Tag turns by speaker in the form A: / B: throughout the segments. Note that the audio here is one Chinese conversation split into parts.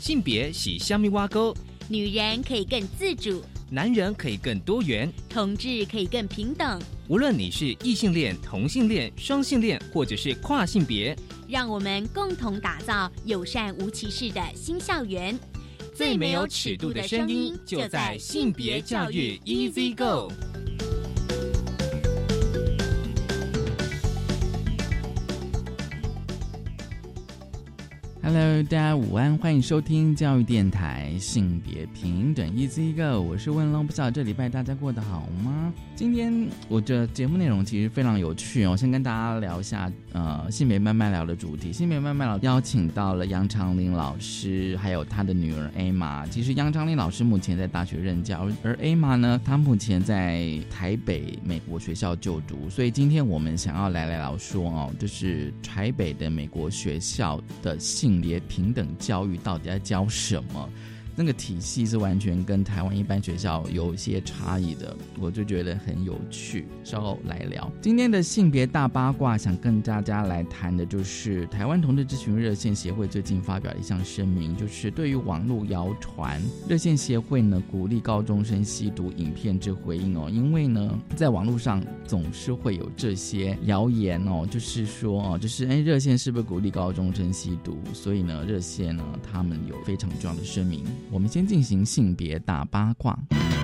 A: 性别是虾米挖沟，
B: 女人可以更自主，
A: 男人可以更多元，
B: 同志可以更平等。
A: 无论你是异性恋、同性恋、双性恋，或者是跨性别，
B: 让我们共同打造友善无歧视的新校园。
A: 最没有尺度的声音，就在性别教育 Easy Go。
C: Hello， 大家午安，欢迎收听教育电台性别平等 Easy Go， 我是文龙，不知道这礼拜大家过得好吗？今天我的节目内容其实非常有趣哦，先跟大家聊一下性别慢慢聊的主题。性别慢慢聊邀请到了杨长林老师，还有他的女儿 Emma。其实杨长林老师目前在大学任教，而 Emma 呢，她目前在台北美国学校就读。所以今天我们想要来聊说哦，就是台北的美国学校的性别平等教育到底在教什么？那个体系是完全跟台湾一般学校有一些差异的，我就觉得很有趣，稍后来聊。今天的性别大八卦想跟大家来谈的就是台湾同志咨询热线协会最近发表了一项声明，就是对于网络谣传，热线协会呢鼓励高中生吸毒影片之回应哦，因为呢在网络上总是会有这些谣言哦，就是说就是热线是不是鼓励高中生吸毒，所以呢热线呢他们有非常重要的声明。我们先进行性别大八卦。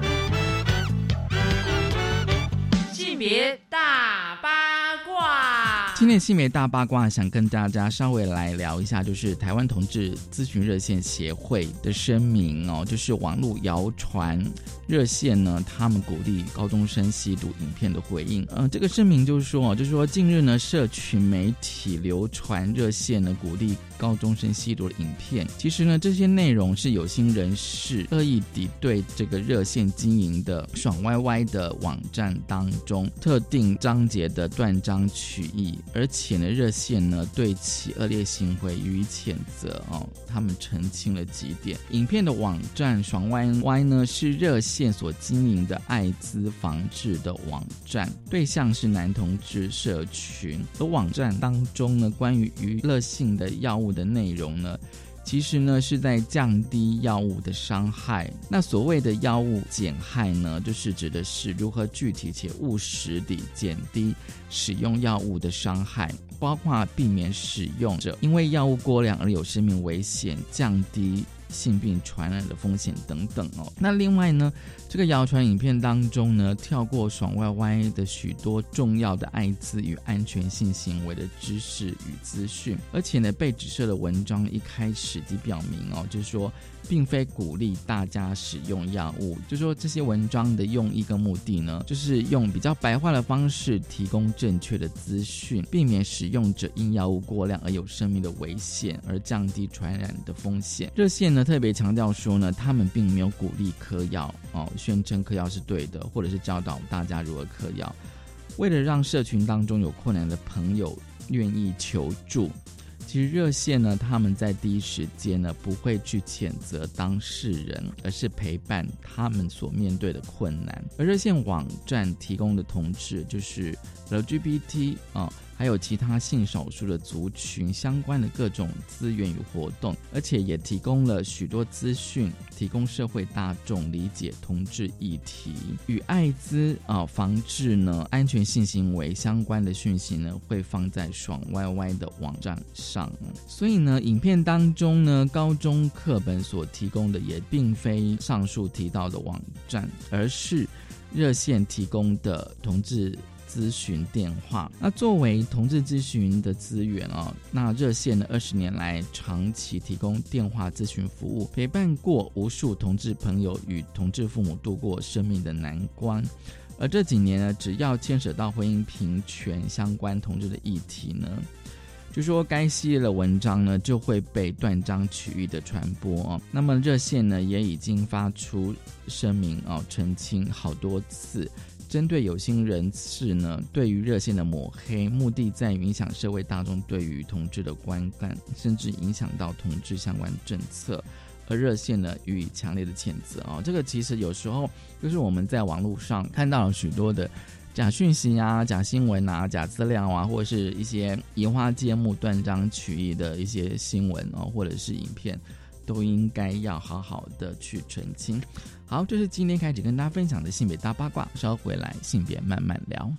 D: 性别大八卦，
C: 今天的性别大八卦想跟大家稍微来聊一下，就是台湾同志咨询热线协会的声明哦，就是网络谣传热线呢，他们鼓励高中生吸毒影片的回应。这个声明就是说近日呢，社群媒体流传热线呢鼓励高中生吸毒的影片。其实呢，这些内容是有心人士恶意地对这个热线经营的爽歪歪的网站当中特定章节的断章取义，而且呢，热线呢对其恶劣行为予以谴责哦。他们澄清了几点。影片的网站爽歪歪呢是热线所经营的艾滋防治的网站，对象是男同志社群，而网站当中呢关于娱乐性的药物的内容呢，其实呢是在降低药物的伤害。那所谓的药物减害呢，就是指的是如何具体且务实地减低使用药物的伤害，包括避免使用者因为药物过量而有生命危险，降低性病传染的风险等等哦。那另外呢，这个谣传影片当中呢，跳过爽歪歪的许多重要的艾滋与安全性行为的知识与资讯，而且呢，被指涉的文章一开始即表明哦，就是说并非鼓励大家使用药物，就是说这些文章的用意跟目的呢，就是用比较白话的方式提供正确的资讯，避免使用者因药物过量而有生命的危险，而降低传染的风险。热线呢特别强调说呢，他们并没有鼓励嗑药哦，宣称嗑药是对的，或者是教导大家如何嗑药。为了让社群当中有困难的朋友愿意求助，其实热线呢，他们在第一时间呢不会去谴责当事人，而是陪伴他们所面对的困难。而热线网站提供的同志就是 LGBT 还有其他性少数的族群相关的各种资源与活动，而且也提供了许多资讯，提供社会大众理解同志议题与艾滋防治呢、安全性行为相关的讯息呢，会放在爽歪歪的网站上。所以呢，影片当中呢，高中课本所提供的也并非上述提到的网站，而是热线提供的同志咨询电话。那作为同志咨询的资源那热线呢20年来长期提供电话咨询服务，陪伴过无数同志朋友与同志父母度过生命的难关。而这几年呢，只要牵扯到婚姻平权相关同志的议题呢，就说该系列的文章呢就会被断章取义的传播那么热线呢也已经发出声明澄清好多次，针对有心人士呢对于热线的抹黑，目的在于影响社会大众对于同志的观感，甚至影响到同志相关政策。而热线呢予以强烈的谴责这个其实有时候就是我们在网络上看到了许多的假讯息啊、假新闻啊、假资料啊，或者是一些移花接木、断章取义的一些新闻或者是影片。 都应该要好好的去澄清。好，这是今天开始跟大家分享的性别大八卦，稍后回来性别慢慢聊。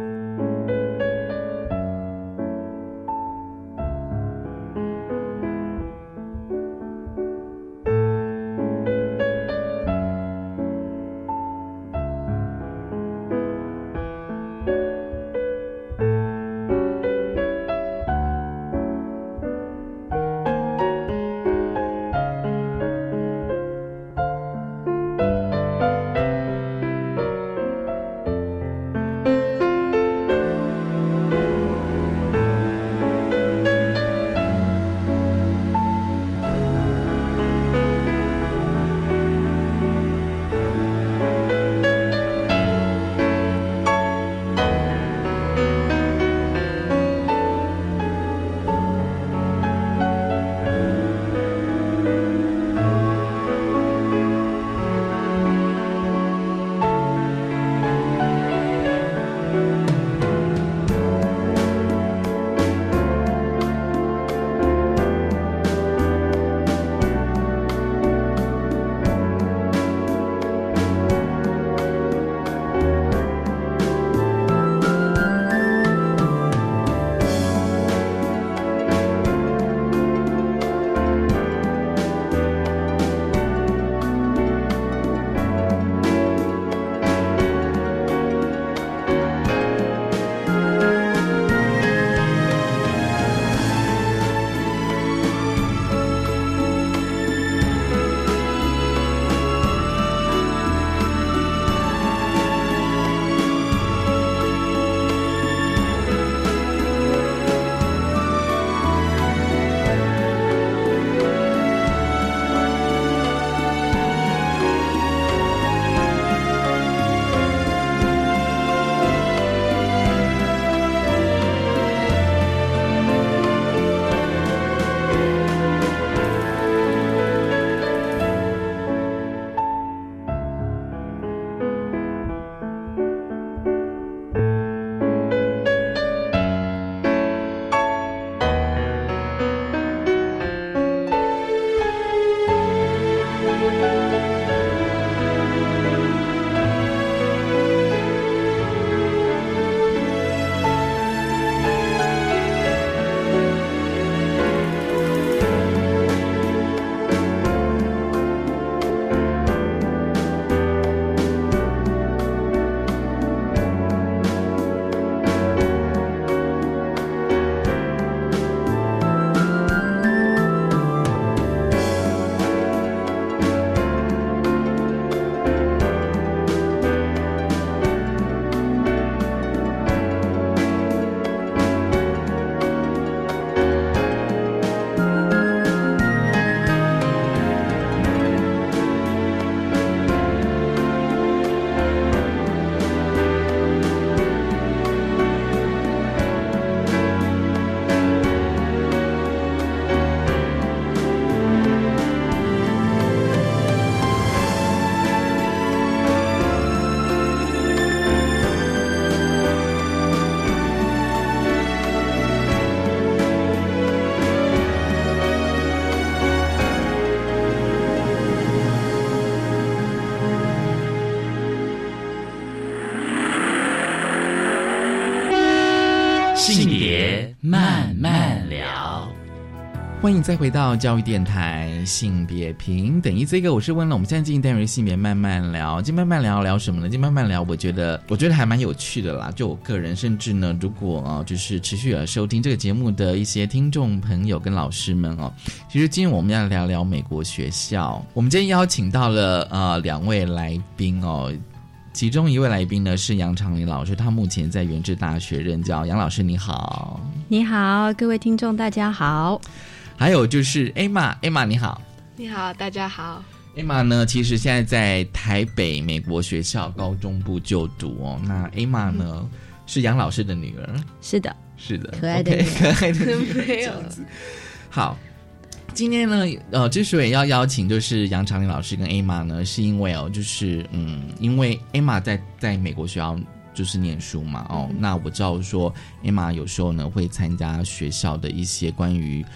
A: 性别慢慢聊，
C: 欢迎再回到教育电台性别平等一这个，我是温乐。我们现在进行单元性别慢慢聊，今天慢慢聊什么呢？今天慢慢聊，我觉得还蛮有趣的啦。就我个人，甚至呢，如果就是持续收听这个节目的一些听众朋友跟老师们其实今天我们要聊聊美国学校。我们今天邀请到了两位来宾其中一位来宾呢是杨长林老师，他目前在元智大学任教。杨老师你好。
E: 你好，各位听众大家好。
C: 还有就是 Emma 你好。
F: 你好，大家好。
C: Emma 呢其实现在在台北美国学校高中部就读那 Emma 呢是杨老师的女儿。
E: 是的，
C: 可爱的女儿可爱的女儿
F: 没有。
C: 好，今天呢之所以要邀请就是杨长林老师跟 Emma 呢，是因为就是因为 Emma 在美国学校就是念书嘛那我知道说 Emma 有时候呢会参加学校的一些关于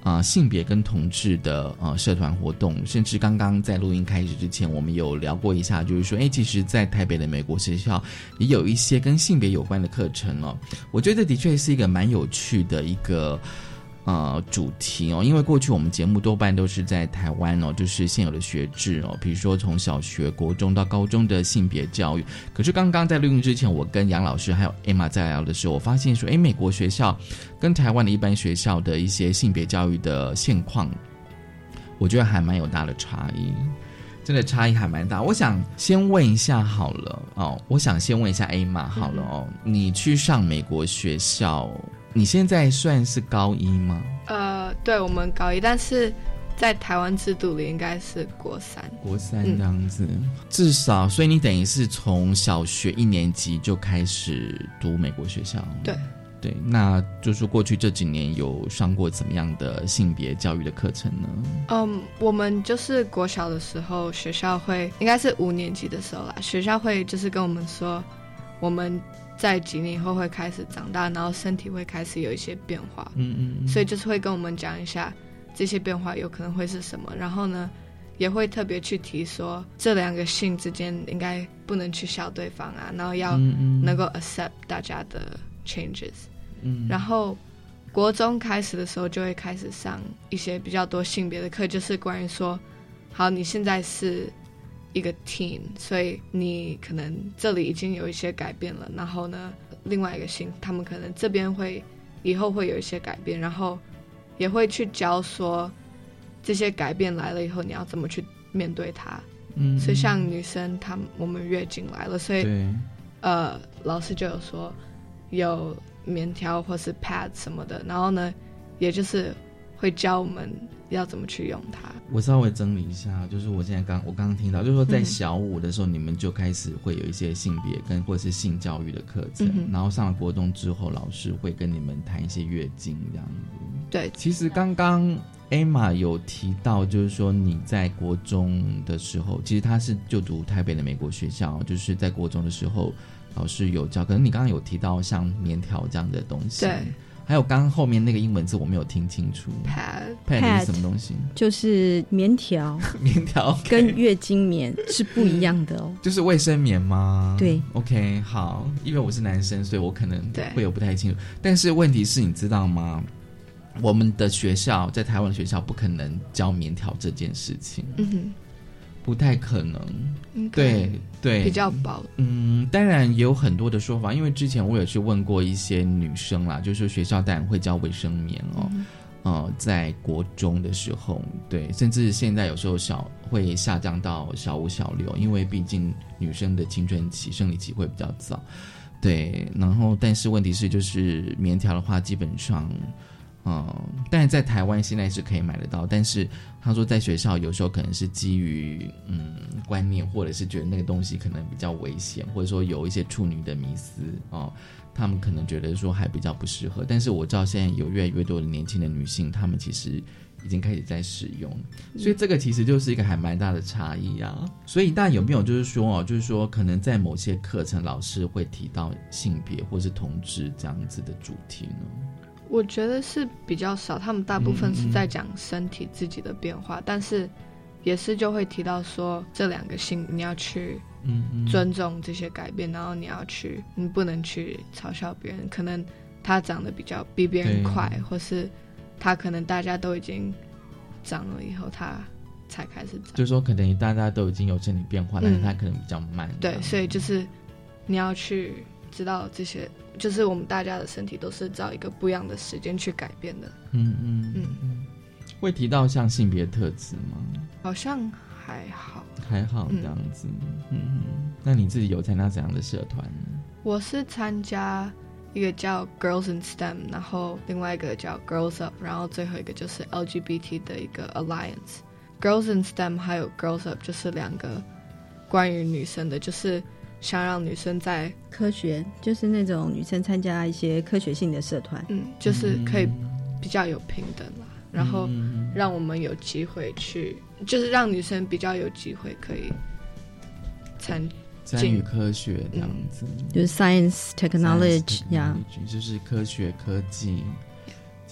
C: 性别跟同志的社团活动，甚至刚刚在录音开始之前，我们有聊过一下，就是说，其实在台北的美国学校也有一些跟性别有关的课程哦。我觉得的确是一个蛮有趣的一个主题哦，因为过去我们节目多半都是在台湾哦，就是现有的学制哦，比如说从小学、国中到高中的性别教育。可是刚刚在录音之前，我跟杨老师还有 Emma 在聊的时候，我发现说，美国学校跟台湾的一般学校的一些性别教育的现况，我觉得还蛮有大的差异，真的差异还蛮大。我想先问一下好了哦，我想先问一下 Emma 好了哦，你去上美国学校。你现在算是高一吗？
F: 对，我们高一，但是在台湾制度里应该是国三。
C: 国三这样子，至少，所以你等于是从小学1年级就开始读美国学校。对，那就是过去这几年有上过怎么样的性别教育的课程呢？
F: 我们就是国小的时候，学校会应该是5年级的时候啦，学校会就是跟我们说，我们在几年以后会开始长大，然后身体会开始有一些变化，所以就是会跟我们讲一下这些变化有可能会是什么，然后呢也会特别去提说这2个性之间应该不能去笑对方啊，然后要能够 accept 大家的 changes，然后国中开始的时候就会开始上一些比较多性别的课，就是关于说，好，你现在是一个 teen， 所以你可能这里已经有一些改变了，然后呢另外一个性他们可能这边会以后会有一些改变，然后也会去教说这些改变来了以后你要怎么去面对它。所以像女生我们月经来了，所以老师就有说有棉条或是 pad 什么的，然后呢也就是会教我们要怎么去用它。
C: 我稍微整理一下，就是我刚刚听到，就是说在小5的时候，你们就开始会有一些性别跟或是性教育的课程，然后上了国中之后，老师会跟你们谈一些月经这样子。
F: 对，
C: 其实刚刚 Emma 有提到，就是说你在国中的时候，其实她是就读台北的美国学校，就是在国中的时候老师有教，可能你刚刚有提到像棉条这样的东西。
F: 对。
C: 还有刚刚后面那个英文字我没有听清楚 ，pad 是什么东西？
E: 就是棉条，
C: 棉条
E: 跟月经棉是不一样的哦。
C: 就是卫生棉吗？
E: 对
C: ，OK， 好，因为我是男生，所以我可能会有不太清楚。但是问题是你知道吗？我们的学校在台湾的学校不可能教棉条这件事情，不太可能。对，
F: 比较薄。
C: 当然也有很多的说法，因为之前我有去问过一些女生啦，就是学校当然会教卫生棉哦，在国中的时候，对，甚至现在有时候会下降到小5、小6，因为毕竟女生的青春期、生理期会比较早，对。然后，但是问题是，就是棉条的话，基本上。但是在台湾现在是可以买得到，但是他说在学校有时候可能是基于观念，或者是觉得那个东西可能比较危险，或者说有一些处女的迷思他们可能觉得说还比较不适合。但是我知道现在有越来越多的年轻的女性，她们其实已经开始在使用，所以这个其实就是一个还蛮大的差异啊。所以大家有没有就是说可能在某些课程老师会提到性别或是同志这样子的主题呢？
F: 我觉得是比较少，他们大部分是在讲身体自己的变化，但是也是就会提到说这2个性你要去尊重这些改变，然后你不能去嘲笑别人，可能他长得比别人快，或是他可能大家都已经长了以后他才开始长，
C: 就是说可能大家都已经有生理变化，但是他可能比较慢。
F: 对，所以就是你要去知道这些，就是我们大家的身体都是照一个不一样的时间去改变的。
C: 会提到像性别特质吗？
F: 好像还好
C: 这样子。那你自己有参加怎样的社团呢？
F: 我是参加一个叫 Girls in STEM， 然后另外一个叫 Girls Up， 然后最后一个就是 LGBT 的一个 Alliance。 Girls in STEM 还有 Girls Up 就是2个关于女生的，就是想让女生在
E: 科学，就是那种女生参加一些科学性的社团，
F: 就是可以比较有平等啦，然后让我们有机会去，就是让女生比较有机会可以参
C: 与科学这样子，
E: 就是 science technology 呀，
C: 就是科学科技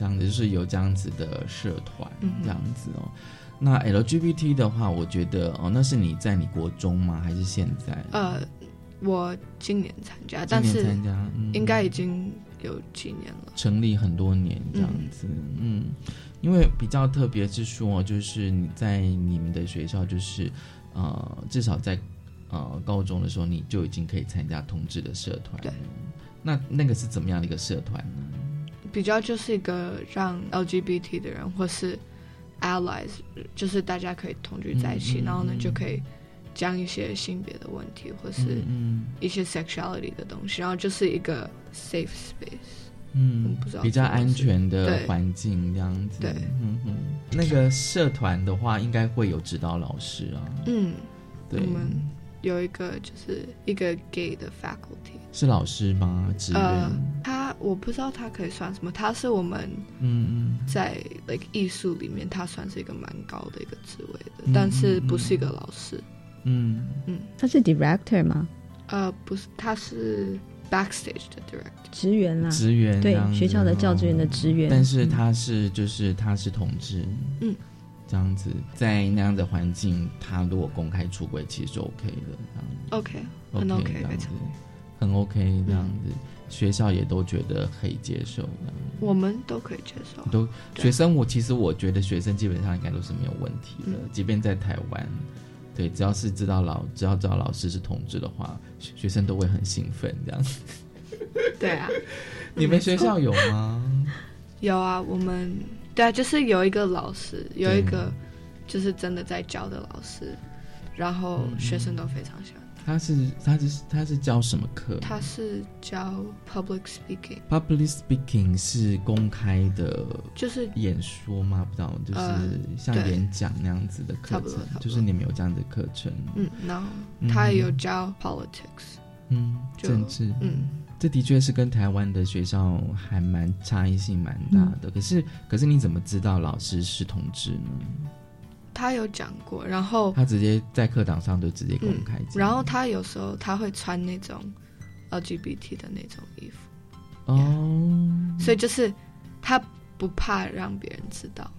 C: 这样子，就是有这样子的社团这样子哦。那 LGBT 的话，我觉得那是你在你国中吗？还是现在？
F: 我今年参加，但是应该已经有几年了，
C: 成立很多年这样子。因为比较特别是说，就是你在你们的学校，就是至少在高中的时候，你就已经可以参加同志的社团。
F: 对，
C: 那个是怎么样的一个社团呢？
F: 比较就是一个让 LGBT 的人或是 allies， 就是大家可以同居在一起，然后呢就可以讲一些性别的问题或是一些 sexuality 的东西，然后就是一个 safe space， 不知道
C: 比较安全的环境这样子。
F: 对，
C: 那个社团的话，应该会有指导老师啊。对，
F: 我们有一个就是一个 gay 的 faculty，
C: 是老师吗？职员？
F: 我不知道他可以算什么，他是我们在 like 艺术里面，他算是一个蛮高的一个职位的，但是不是一个老师。
E: 他是 director 吗？
F: 不是，他是 backstage 的 director，
E: 职员啦，
C: 职员，
E: 对，学校的教职员的职员。
C: 但是他是同志，这样子，在那样的环境，他如果公开出轨，其实是 OK 的。
F: OK， 很 OK，
C: 很 OK 这样子，学校也都觉得可以接受的。
F: 我们都可以接受。
C: 学生，其实我觉得学生基本上应该都是没有问题的，即便在台湾。对，只要知道老师是同志的话，学生都会很兴奋这样。
F: 对啊，
C: 你们学校有吗？
F: 有啊，我们对啊，就是有一个老师，有一个就是真的在教的老师，然后学生都非常喜欢。他是教什么课？他是教 public speaking。public
C: speaking 是公开的，
F: 就是
C: 演说吗？不知道，就是像演讲那样子的课程，就是你们有这样的课程。
F: 然后他也有教 politics，
C: 政治，这的确是跟台湾的学校还蛮差异性蛮大的。可是你怎么知道老师是同志呢？
F: 他有讲过，然后
C: 他直接在课堂上就直接公开讲，
F: 然后他有时候他会穿那种 LGBT 的那种衣服所以就是他不怕让别人知道。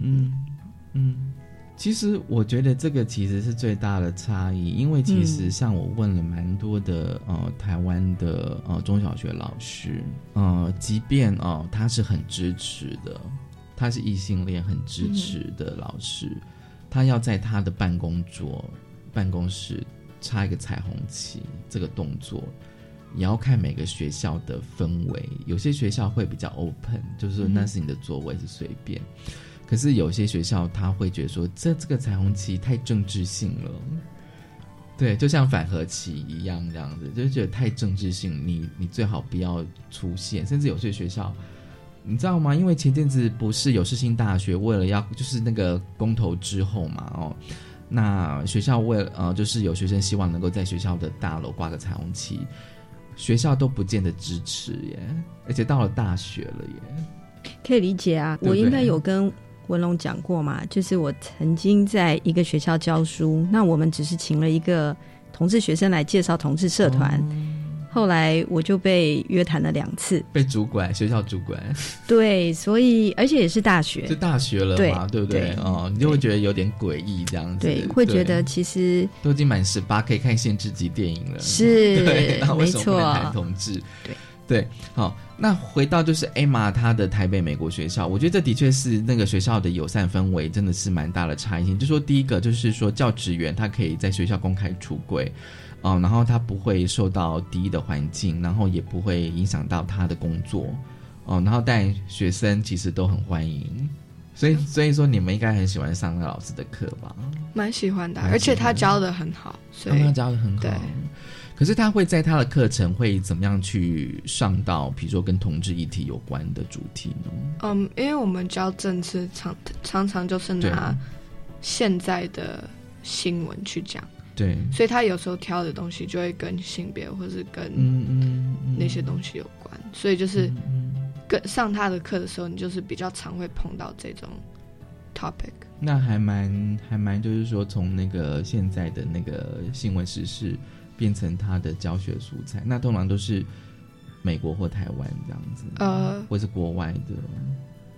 C: 其实我觉得这个其实是最大的差异，因为其实像我问了蛮多的台湾的中小学老师，即便他是很支持的，他是异性恋很支持的老师，他要在他的办公室插一个彩虹旗，这个动作也要看每个学校的氛围。有些学校会比较 open， 就是说那是你的座位是随便，可是有些学校他会觉得说这个彩虹旗太政治性了，对，就像反核旗一样这样子，就觉得太政治性，你最好不要出现。甚至有些学校你知道吗？因为前阵子不是有世新大学为了要就是那个公投之后嘛，那学校为了就是有学生希望能够在学校的大楼挂个彩虹旗，学校都不见得支持耶，而且到了大学了耶。
E: 可以理解啊，对对，我应该有跟文龙讲过嘛，就是我曾经在一个学校教书，那我们只是请了一个同志学生来介绍同志社团。后来我就被约谈了2次，
C: 被主管，学校主管。
E: 对，所以而且也是大学，
C: 是大学了嘛，对不对？你就会觉得有点诡异这样子。
E: 对，会觉得其实
C: 都已经满18，可以看限制级电影了。
E: 是，
C: 对，然后为什么不能谈同志？对，好，那回到就是 Emma 她的台北美国学校，我觉得这的确是那个学校的友善氛围真的是蛮大的差异性。就说第一个就是说教职员他可以在学校公开出柜。然后他不会受到敌意的环境，然后也不会影响到他的工作，然后但学生其实都很欢迎，所以说你们应该很喜欢上那老师的课吧？
F: 蛮喜欢的，而且他教的很好，所以
C: 他教的很好。对，可是他会在他的课程会怎么样去上到比如说跟同志议题有关的主题呢？
F: 因为我们教政治常常就是拿现在的新闻去讲。
C: 对，
F: 所以他有时候挑的东西就会跟性别或是跟那些东西有关，所以就是跟上他的课的时候，你就是比较常会碰到这种 topic。
C: 那还蛮就是说从那个现在的那个新闻时事变成他的教学素材，那通常都是美国或台湾这样子，或是国外的。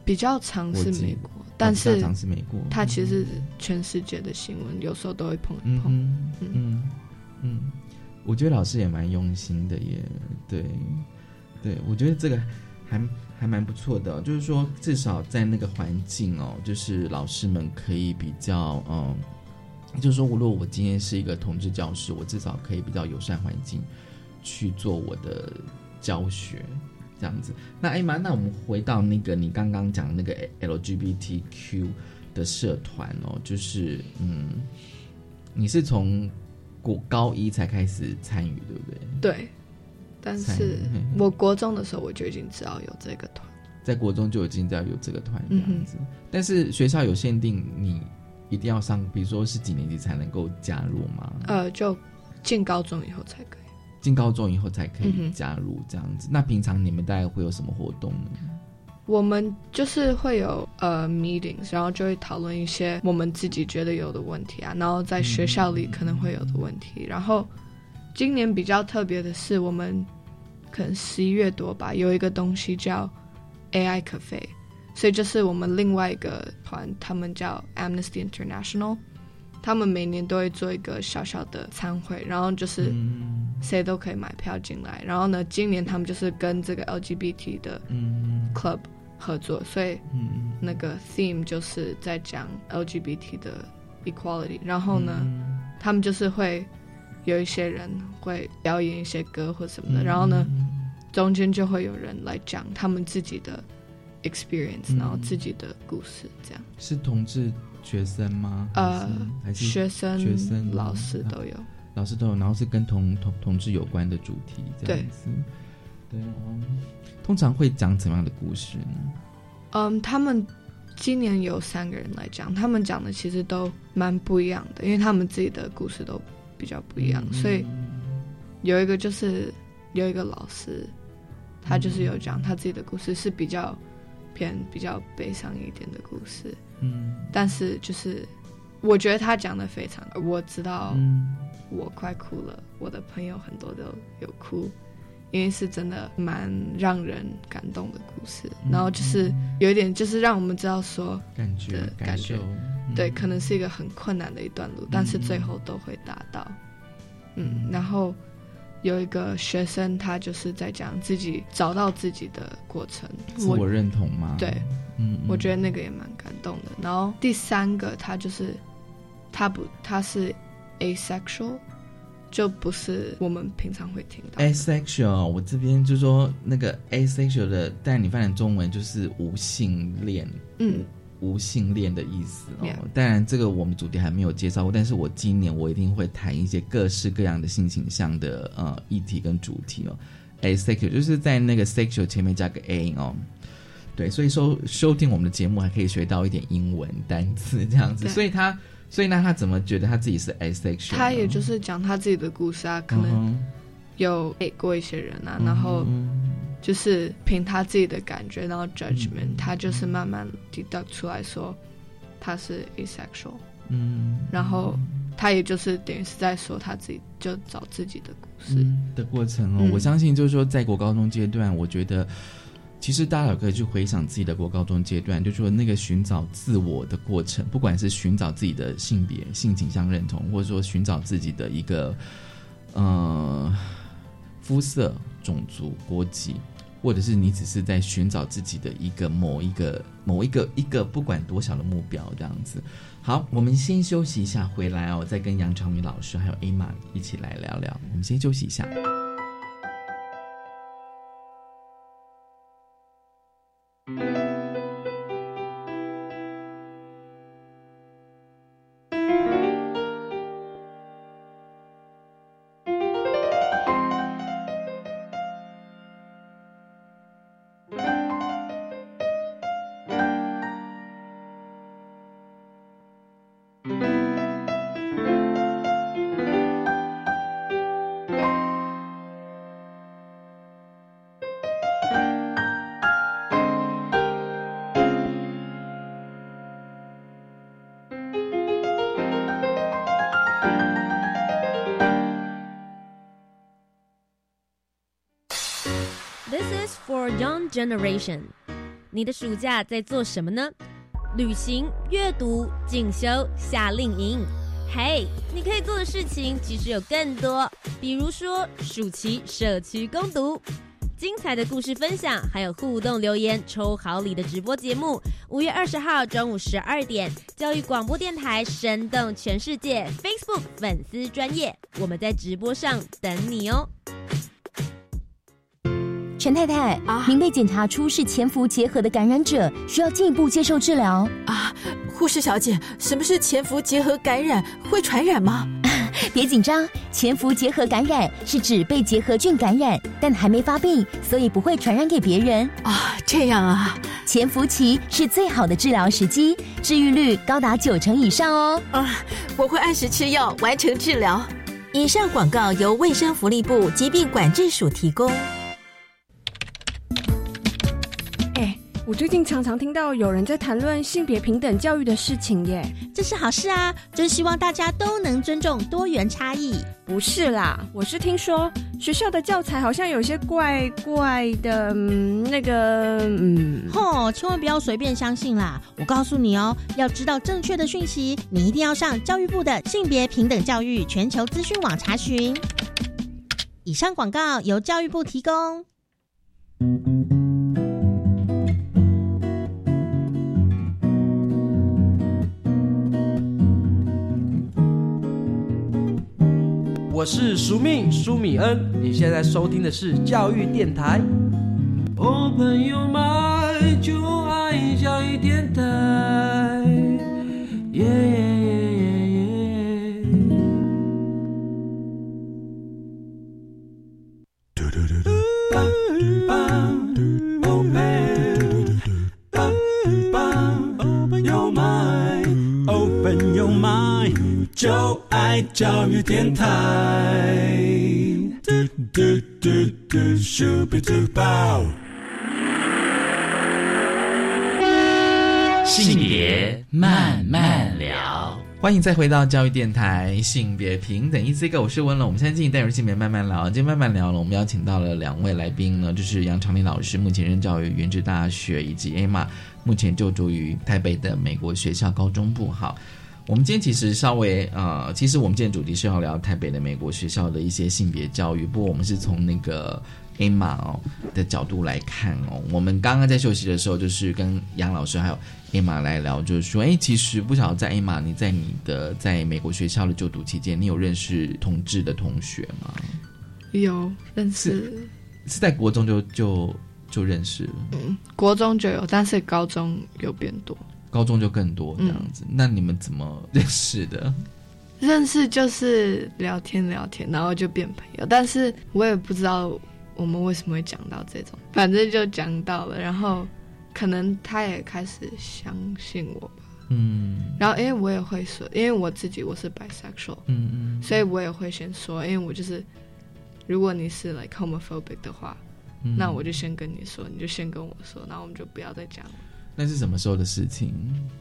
F: 比较常是美国，但是
C: 比较常是美国，
F: 它其实全世界的新闻有时候都会碰一碰。
C: 我觉得老师也蛮用心的耶，对，我觉得这个还蛮不错的，就是说至少在那个环境哦，就是老师们可以比较就是说，如果我今天是一个同志教师，我至少可以比较友善环境去做我的教学，这样子。那艾玛，那我们回到那个你刚刚讲的那个 LGBTQ 的社团哦，就是你是从高一才开始参与，对不对？对，
F: 但是我国中的时候我就已经知道有这个团，
C: 在国中就已经知道有这个团这样子。但是学校有限定你一定要上，比如说是几年级才能够加入吗？
F: 就进高中以后才可以。
C: 进高中以后才可以加入这样子。那平常你们大概会有什么活动呢？
F: 我们就是会有meetings， 然后就会讨论一些我们自己觉得有的问题啊，然后在学校里可能会有的问题。然后今年比较特别的是，我们可能11月多吧，有一个东西叫 AI Cafe， 所以就是我们另外一个团，他们叫 Amnesty International， 他们每年都会做一个小小的餐会，然后就是谁都可以买票进来。然后呢，今年他们就是跟这个 LGBT 的club合作，所以那个 theme 就是在讲 LGBT 的 equality。然后呢，他们就是会有一些人会表演一些歌或什么的，然后呢，中间就会有人来讲他们自己的 experience，然后自己的故事，这样。
C: 是同志学生吗？还是
F: 学生、老师都有。
C: 老师都有，然后是跟同志有关的主题，这样子。对，通常会讲怎么样的故事呢？
F: 他们今年有3个人来讲，他们讲的其实都蛮不一样的，因为他们自己的故事都比较不一样，所以有一个就是有一个老师，他就是有讲他自己的故事，是比较悲伤一点的故事。但是就是我觉得他讲的非常，我知道我快哭了，我的朋友很多都有哭，因为是真的蛮让人感动的故事。然后就是有一点就是让我们知道说
C: 感觉
F: 对，可能是一个很困难的一段路，但是最后都会达到。然后有一个学生，他就是在讲自己找到自己的过程，
C: 自我认同吗？
F: 对，我觉得那个也蛮感动的。然后第3个，他就是他是 asexual， 就不是我们平常会听到的
C: asexual。我这边就说那个 asexual 的，但你翻成中文就是无性恋。无性恋的意思哦。当然这个我们主题还没有介绍过，但是我今年我一定会谈一些各式各样的性倾向的议题跟主题哦。asexual 就是在那个 sexual 前面加个 a 哦。对，所以收听我们的节目还可以学到一点英文单词这样子。所以那他怎么觉得他自己是 asexual？ 他
F: 也就是讲他自己的故事啊，可能有给过一些人啊，然后就是凭他自己的感觉，然后 judgment，他就是慢慢 deduct 出来说他是 asexual。然后他也就是等于是在说他自己就找自己的故事
C: 的过程哦。我相信就是说在国高中阶段，我觉得其实大家也可以去回想自己的国高中阶段，就是说那个寻找自我的过程，不管是寻找自己的性别性倾向认同，或者说寻找自己的一个肤色、种族、国籍，或者是你只是在寻找自己的一个某一个不管多小的目标这样子。好，我们先休息一下，回来哦，再跟杨长宇老师还有 Emma 一起来聊聊。我们先休息一下。
B: This is for young generation.
G: 你的暑假在做什么呢？旅行、阅读、进修、夏令营。嘿，你可以做的事情其实有更多，比如说暑期社区共读。精彩的故事分享，还有互动留言抽好礼的直播节目，5月20号中午12点，教育广播电台生动全世界 Facebook 粉丝专页，我们在直播上等你哦。
H: 陈太太，您被检查出是潜伏结核的感染者，需要进一步接受治疗。
I: 护士小姐，什么是潜伏结核感染？会传染吗？
H: 别紧张，潜伏结核感染是指被结核菌感染，但还没发病，所以不会传染给别人。
I: 这样啊。
H: 潜伏期是最好的治疗时机，治愈率高达90%以上哦。
I: 我会按时吃药，完成治疗。以上广告由卫生福利部疾病管制署提供。
J: 我最近常常听到有人在谈论性别平等教育的事情耶。
K: 这是好事啊，真希望大家都能尊重多元差异。
J: 不是啦，我是听说学校的教材好像有些怪怪的，
K: 千万不要随便相信啦。我告诉你哦，要知道正确的讯息，你一定要上教育部的性别平等教育全球资讯网查询。以上广告由教育部提供。
L: 我是苏米恩，你现在收听的是教育电台。Open your mind， 就爱教育电台。Open your mind， 就爱教育电台。
A: 性别慢慢聊，
C: 欢迎再回到教育电台性别平等1C，我是温龙。我们现在进行单元性别慢慢聊。今天慢慢聊了，我们邀请到了2位来宾呢，就是杨长林老师，目前任教于原治大学，以及 Emma， 目前就读于台北的美国学校高中部。好，我们今天其实稍微其实我们今天主题是要聊台北的美国学校的一些性别教育，不过我们是从那个 Emma 的角度来看哦。我们刚刚在休息的时候，就是跟杨老师还有 Emma 来聊，就是说，其实不晓得在 Emma 你在美国学校的就读期间，你有认识同志的同学吗？
F: 有认识，
C: 是在国中就认识了。
F: 国中就有，但是高中有变多。
C: 高中就更多这样子。那你们怎么认识的？
F: 认识就是聊天，然后就变朋友。但是我也不知道我们为什么会讲到这种，反正就讲到了，然后可能他也开始相信我吧。然后因为我也会说，因为我是 bisexual，所以我也会先说，因为我就是如果你是 like homophobic 的话，那我就先跟你说，你就先跟我说，然后我们就不要再讲了。那
C: 是什么时候的事情？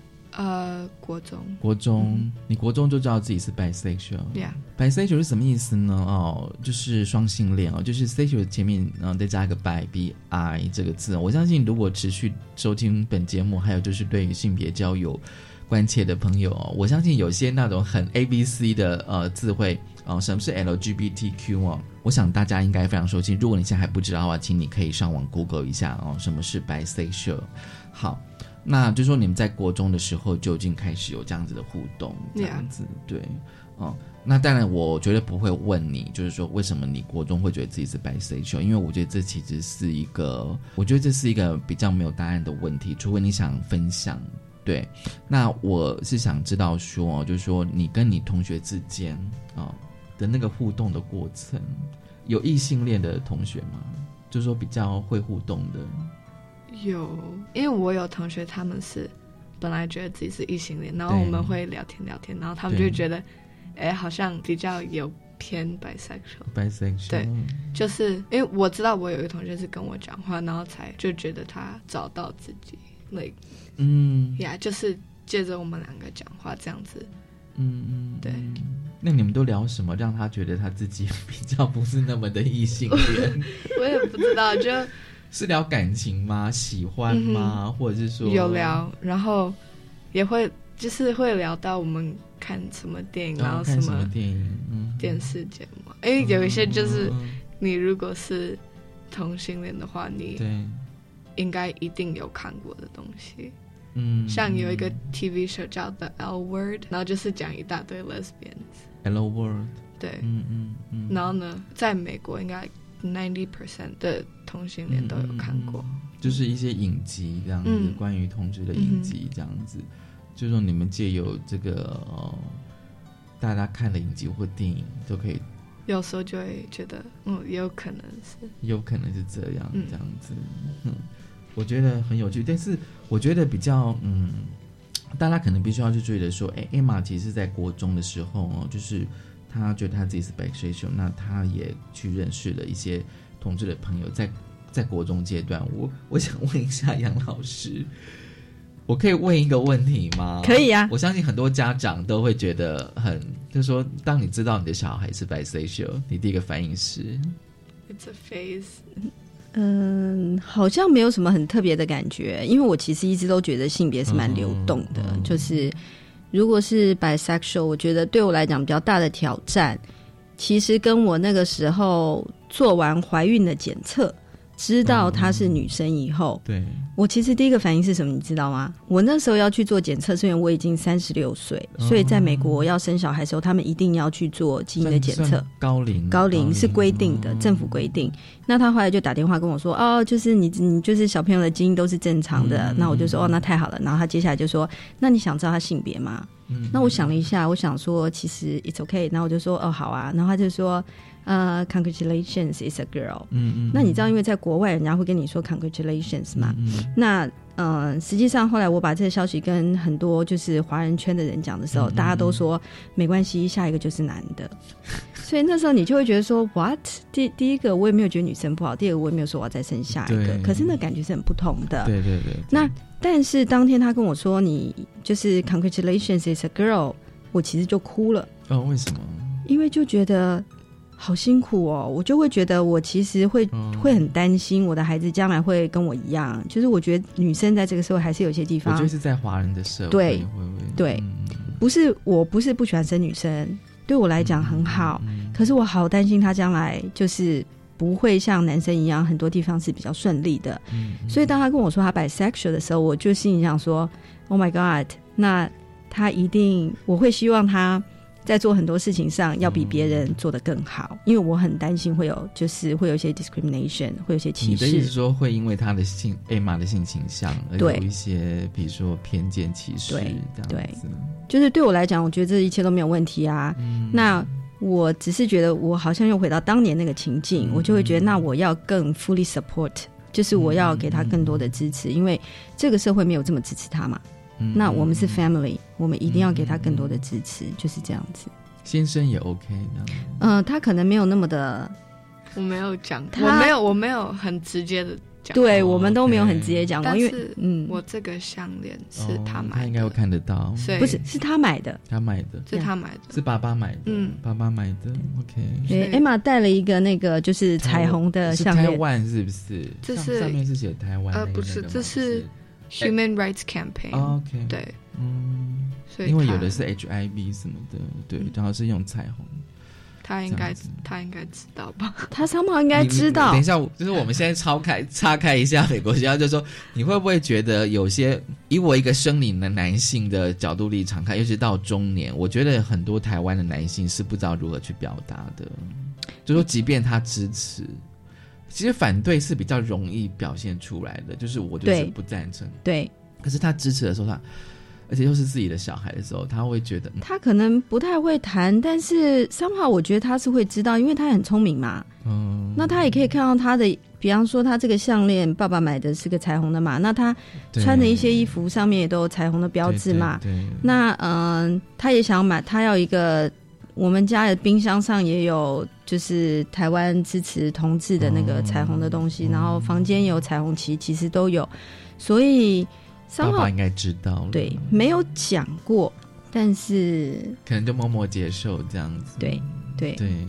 F: 国中。
C: 你国中就知道自己是 bisexual。 bisexual 是什么意思呢？就是双性恋就是 sexual 前面再加一个 bi 这个字。我相信如果持续收听本节目，还有就是对于性别交友关切的朋友我相信有些那种很 ABC 的字汇什么是 LGBTQ 我想大家应该非常熟悉。如果你现在还不知道的话，请你可以上网 Google 一下什么是 bisexual。好，那就说你们在国中的时候就已经开始有这样子的互动，这样子对那当然我绝对不会问你，就是说为什么你国中会觉得自己是 bisexual， 因为我觉得这其实是一个比较没有答案的问题，除非你想分享。对，那我是想知道说，就是说你跟你同学之间的那个互动的过程，有异性恋的同学吗？就是说比较会互动的。
F: 有，因为我有同学他们是本来觉得自己是异性恋，然后我们会聊天，然后他们就觉得好像比较有偏 bisexual。 对，就是因为我知道我有一个同学是跟我讲话，然后才就觉得他找到自己 like 就是借着我们两个讲话这样子。对。
C: 那你们都聊什么让他觉得他自己比较不是那么的异性恋？
F: 我也不知道，就
C: 是聊感情吗？喜欢吗？或者是说
F: 有聊，然后也会就是会聊到我们看什么电影，然后
C: 什么电影、
F: 电视节目。因为有一些就是你如果是同性恋的话，你应该一定有看过的东西。像有一个 TV show 叫 The L Word， 然后就是讲一大堆 lesbians。L
C: Word。
F: 对，然后呢，在美国应该 90% 的同性恋都有看过，
C: 就是一些影集这样子，关于同志的影集这样子，就是说你们借由这个大家看的影集或电影都可以，
F: 有时候就会觉得，也有可能是
C: 这样这样子，我觉得很有趣，但是我觉得比较大家可能必须要去注意的说，Emma 其实在国中的时候就是他觉得他自己是 bisexual， 那他也去认识了一些同志的朋友，在国中阶段，我想问一下杨老师，我可以问一个问题吗？
E: 可以啊。
C: 我相信很多家长都会觉得就是说，当你知道你的小孩是 bisexual， 你第一个反应是
F: It's a phase。
E: 好像没有什么很特别的感觉，因为我其实一直都觉得性别是蛮流动的，就是如果是 bisexual， 我觉得对我来讲比较大的挑战，其实跟我那个时候做完怀孕的检测，知道她是女生以后，
C: 对，
E: 我其实第一个反应是什么你知道吗？我那时候要去做检测，是因为我已经36岁，所以在美国要生小孩的时候，他们一定要去做基因的检测，
C: 高龄
E: 是规定的，政府规定。那他后来就打电话跟我说，就是你就是小朋友的基因都是正常的，那我就说那太好了。然后他接下来就说，那你想知道他性别吗？那我想了一下，我想说其实 it's okay， 然后我就说好啊，然后他就说congratulations it's a girl。那你知道因为在国外人家会跟你说 congratulations 嘛，那实际上后来我把这个消息跟很多就是华人圈的人讲的时候，大家都说没关系，下一个就是男的。所以那时候你就会觉得说 what 第一个我也没有觉得女生不好，第二个我也没有说我要再生下一个，可是那感觉是很不同的。
C: 对。
E: 那但是当天他跟我说你就是 congratulations is a girl， 我其实就哭了。
C: 为什么？
E: 因为就觉得好辛苦哦，我就会觉得我其实会很担心我的孩子将来会跟我一样，就是我觉得女生在这个社会还是有些地方，
C: 我觉得是在华人的社会，
E: 对，我不是不喜欢生女生，对我来讲很好，可是我好担心她将来就是不会像男生一样很多地方是比较顺利的，所以当他跟我说他 bisexual 的时候，我就心里想说 Oh my god， 那他一定，我会希望他在做很多事情上要比别人做得更好，因为我很担心会有一些 discrimination， 会有一些歧视。
C: 你的意思说会因为他的Emma 的性倾向而有一些比如说偏见歧视这样子？
E: 就是对我来讲，我觉得这一切都没有问题啊。那我只是觉得我好像又回到当年那个情境，我就会觉得那我要更 fully support， 就是我要给他更多的支持，因为这个社会没有这么支持他嘛。那我们是 family， 我们一定要给他更多的支持，就是这样子。
C: 先生也 OK 的，
E: 他可能没有那么的，
F: 我没有讲，我没有很直接的讲，
E: 对，我们都没有很直接讲过，因为
F: 我这个项链是他买的，
C: 他应该会看得到，
E: 不是他买的，
F: 是他买的，
C: 是爸爸买的，爸爸买的 OK。
E: 对 Emma 带了一个那个就是彩虹的项链，
C: 是台湾是不是？
F: 这是
C: 上面是写台湾，
F: 不是，这是Human Rights Campaign。OK， 对，所以
C: 因为有的是 HIV 什么的，对，然后是用彩虹。
F: 他应该知道吧？
E: 他somehow应该知道。
C: 等一下，就是我们现在岔开一下美国学校，就是说，你会不会觉得有些以我一个生理的男性的角度立场看，尤其到中年，我觉得很多台湾的男性是不知道如何去表达的。就说，即便他支持，其实反对是比较容易表现出来的，就是我就是不赞成。
E: 对。
C: 可是他支持的时候，而且又是自己的小孩的时候，他会觉得
E: 他可能不太会谈，但是somehow我觉得他是会知道，因为他很聪明嘛。那他也可以看到他的，比方说他这个项链，爸爸买的是个彩虹的嘛，那他穿的一些衣服上面也都有彩虹的标志嘛。对。那他也想买，他要一个，我们家的冰箱上也有，就是台湾支持同志的那个彩虹的东西，然后房间有彩虹旗，其实都有，所以。
C: 爸爸应该知道了，
E: 对，没有讲过，但是
C: 可能就默默接受这样子。
E: 对，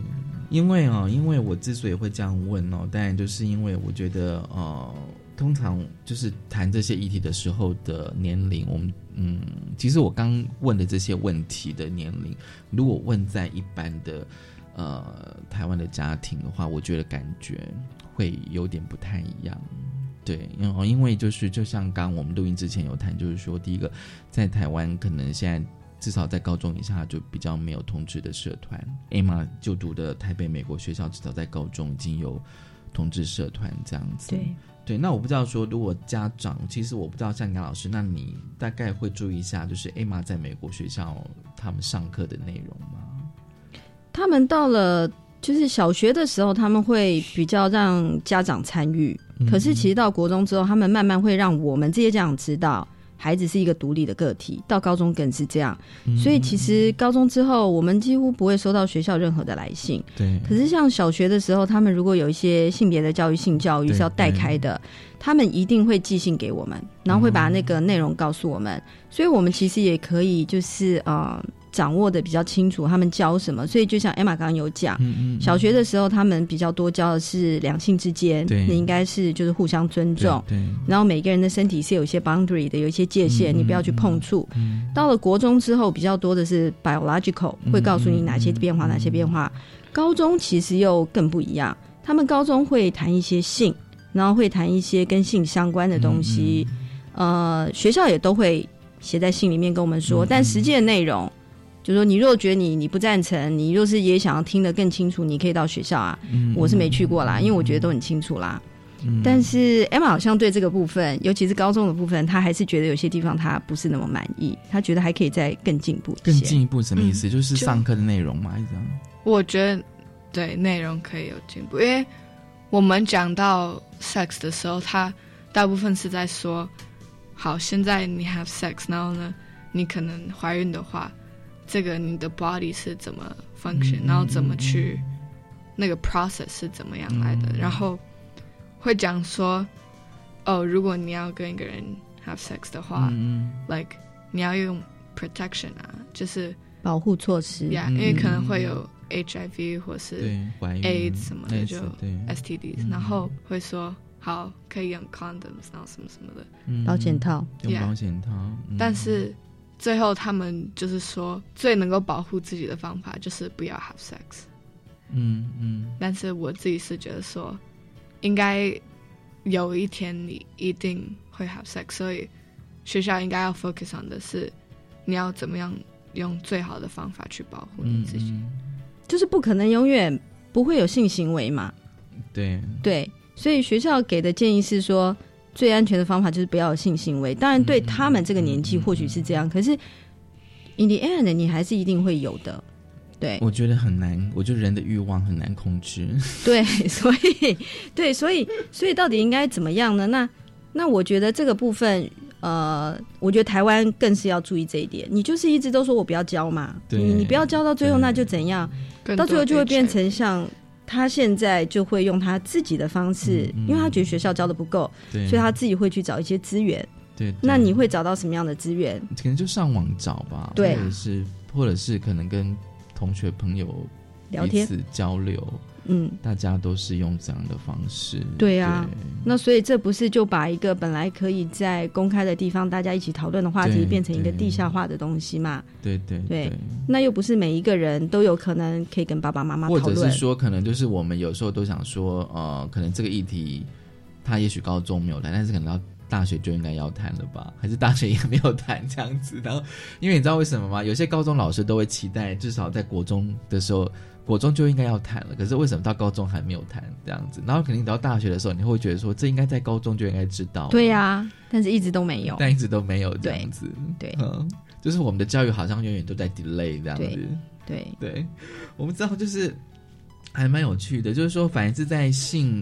C: 因为我之所以会这样问当然就是因为我觉得通常就是谈这些议题的时候的年龄，我们其实我刚问的这些问题的年龄，如果问在一般的台湾的家庭的话，我觉得感觉会有点不太一样。对，因为就像刚我们录音之前有谈，就是说第一个在台湾可能现在至少在高中以下就比较没有同志的社团。Emma 就读的台北美国学校至少在高中已经有同志社团这样子。对，那我不知道说如果家长，其实我不知道像杨老师，那你大概会注意一下就是 Emma 在美国学校他们上课的内容吗？
E: 他们到了就是小学的时候他们会比较让家长参与，可是其实到国中之后他们慢慢会让我们这些家长知道孩子是一个独立的个体，到高中更是这样。所以其实高中之后我们几乎不会收到学校任何的来信。
C: 对。
E: 可是像小学的时候，他们如果有一些性别的教育、性教育是要带开的，他们一定会寄信给我们，然后会把那个内容告诉我们。所以我们其实也可以就是掌握的比较清楚他们教什么。所以就像 Emma 刚刚有讲，小学的时候他们比较多教的是两性之间，你应该是就是互相尊重，然后每个人的身体是有一些 boundary 的，有一些界限，你不要去碰触。到了国中之后比较多的是 biological， 会告诉你哪些变化哪些变化。高中其实又更不一样，他们高中会谈一些性，然后会谈一些跟性相关的东西，学校也都会写在信里面跟我们说，但实际的内容就是说你若觉得你不赞成，你若是也想要听得更清楚，你可以到学校啊。我是没去过啦，因为我觉得都很清楚啦。但是 Emma 好像对这个部分，尤其是高中的部分，她还是觉得有些地方她不是那么满意，她觉得还可以再更进步一些。
C: 更进一步什么意思？就是上课的内容嘛，这样。
F: 我觉得对内容可以有进步，因为我们讲到 sex 的时候，他大部分是在说，好，现在你 have sex， 然后呢，你可能怀孕的话，这个你的 body 是怎么 function，然后怎么去那个 process 是怎么样来的，然后会讲说，如果你要跟一个人 have sex 的话，like 你要用 protection 啊，就是
E: 保护措施，
F: 因为可能会有 HIV 或是 AIDS 什么的，就 STDs， 然后会说好可以用 condoms， 然后什么什么的
E: 保险套，
C: 用保险套，
F: 但是最后他们就是说最能够保护自己的方法就是不要 have sex。但是我自己是觉得说应该有一天你一定会 have sex， 所以学校应该要 focus on 的是你要怎么样用最好的方法去保护你自己，
E: 就是不可能永远不会有性行为嘛。对，所以学校给的建议是说最安全的方法就是不要有性行为。当然对他们这个年纪或许是这样，可是 in the end 你还是一定会有的。对，
C: 我觉得很难，我觉得人的欲望很难控制。
E: 对，所以到底应该怎么样呢？那我觉得这个部分我觉得台湾更是要注意这一点。你就是一直都说我不要教嘛，你不要教到最后那就怎样，到最后就会变成像他现在就会用他自己的方式，因为他觉得学校教的不够，所以他自己会去找一些资源。
C: 对，
E: 那你会找到什么样的资源？
C: 可能就上网找吧，
E: 对，
C: 或者是可能跟同学朋友
E: 聊天
C: 彼此交流，大家都是用这样的方式。
E: 对啊，那所以这不是就把一个本来可以在公开的地方大家一起讨论的话题变成一个地下化的东西嘛？对，那又不是每一个人都有可能可以跟爸爸妈妈讨论，
C: 或者是说可能就是我们有时候都想说可能这个议题他也许高中没有谈，但是可能到大学就应该要谈了吧，还是大学也没有谈这样子。然后因为你知道为什么吗？有些高中老师都会期待至少在国中的时候，国中就应该要谈了，可是为什么到高中还没有谈这样子？然后肯定到大学的时候你会觉得说这应该在高中就应该知道。
E: 对啊，但是一直都没有，
C: 但一直都没有这样子。
E: 对，
C: 就是我们的教育好像永远都在 delay 这样子。对，我们知道就是还蛮有趣的，就是说反而是在性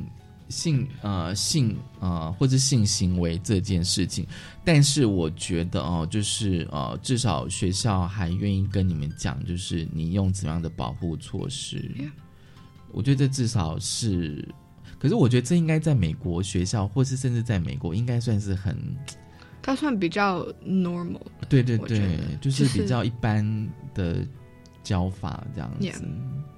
C: 或者性行为这件事情，但是我觉得就是至少学校还愿意跟你们讲，就是你用怎么样的保护措施。我觉得这至少是，可是我觉得这应该在美国学校，或是甚至在美国应该算是很，
F: 它算比较 normal。
C: 对，就是比较一般的教法这样子。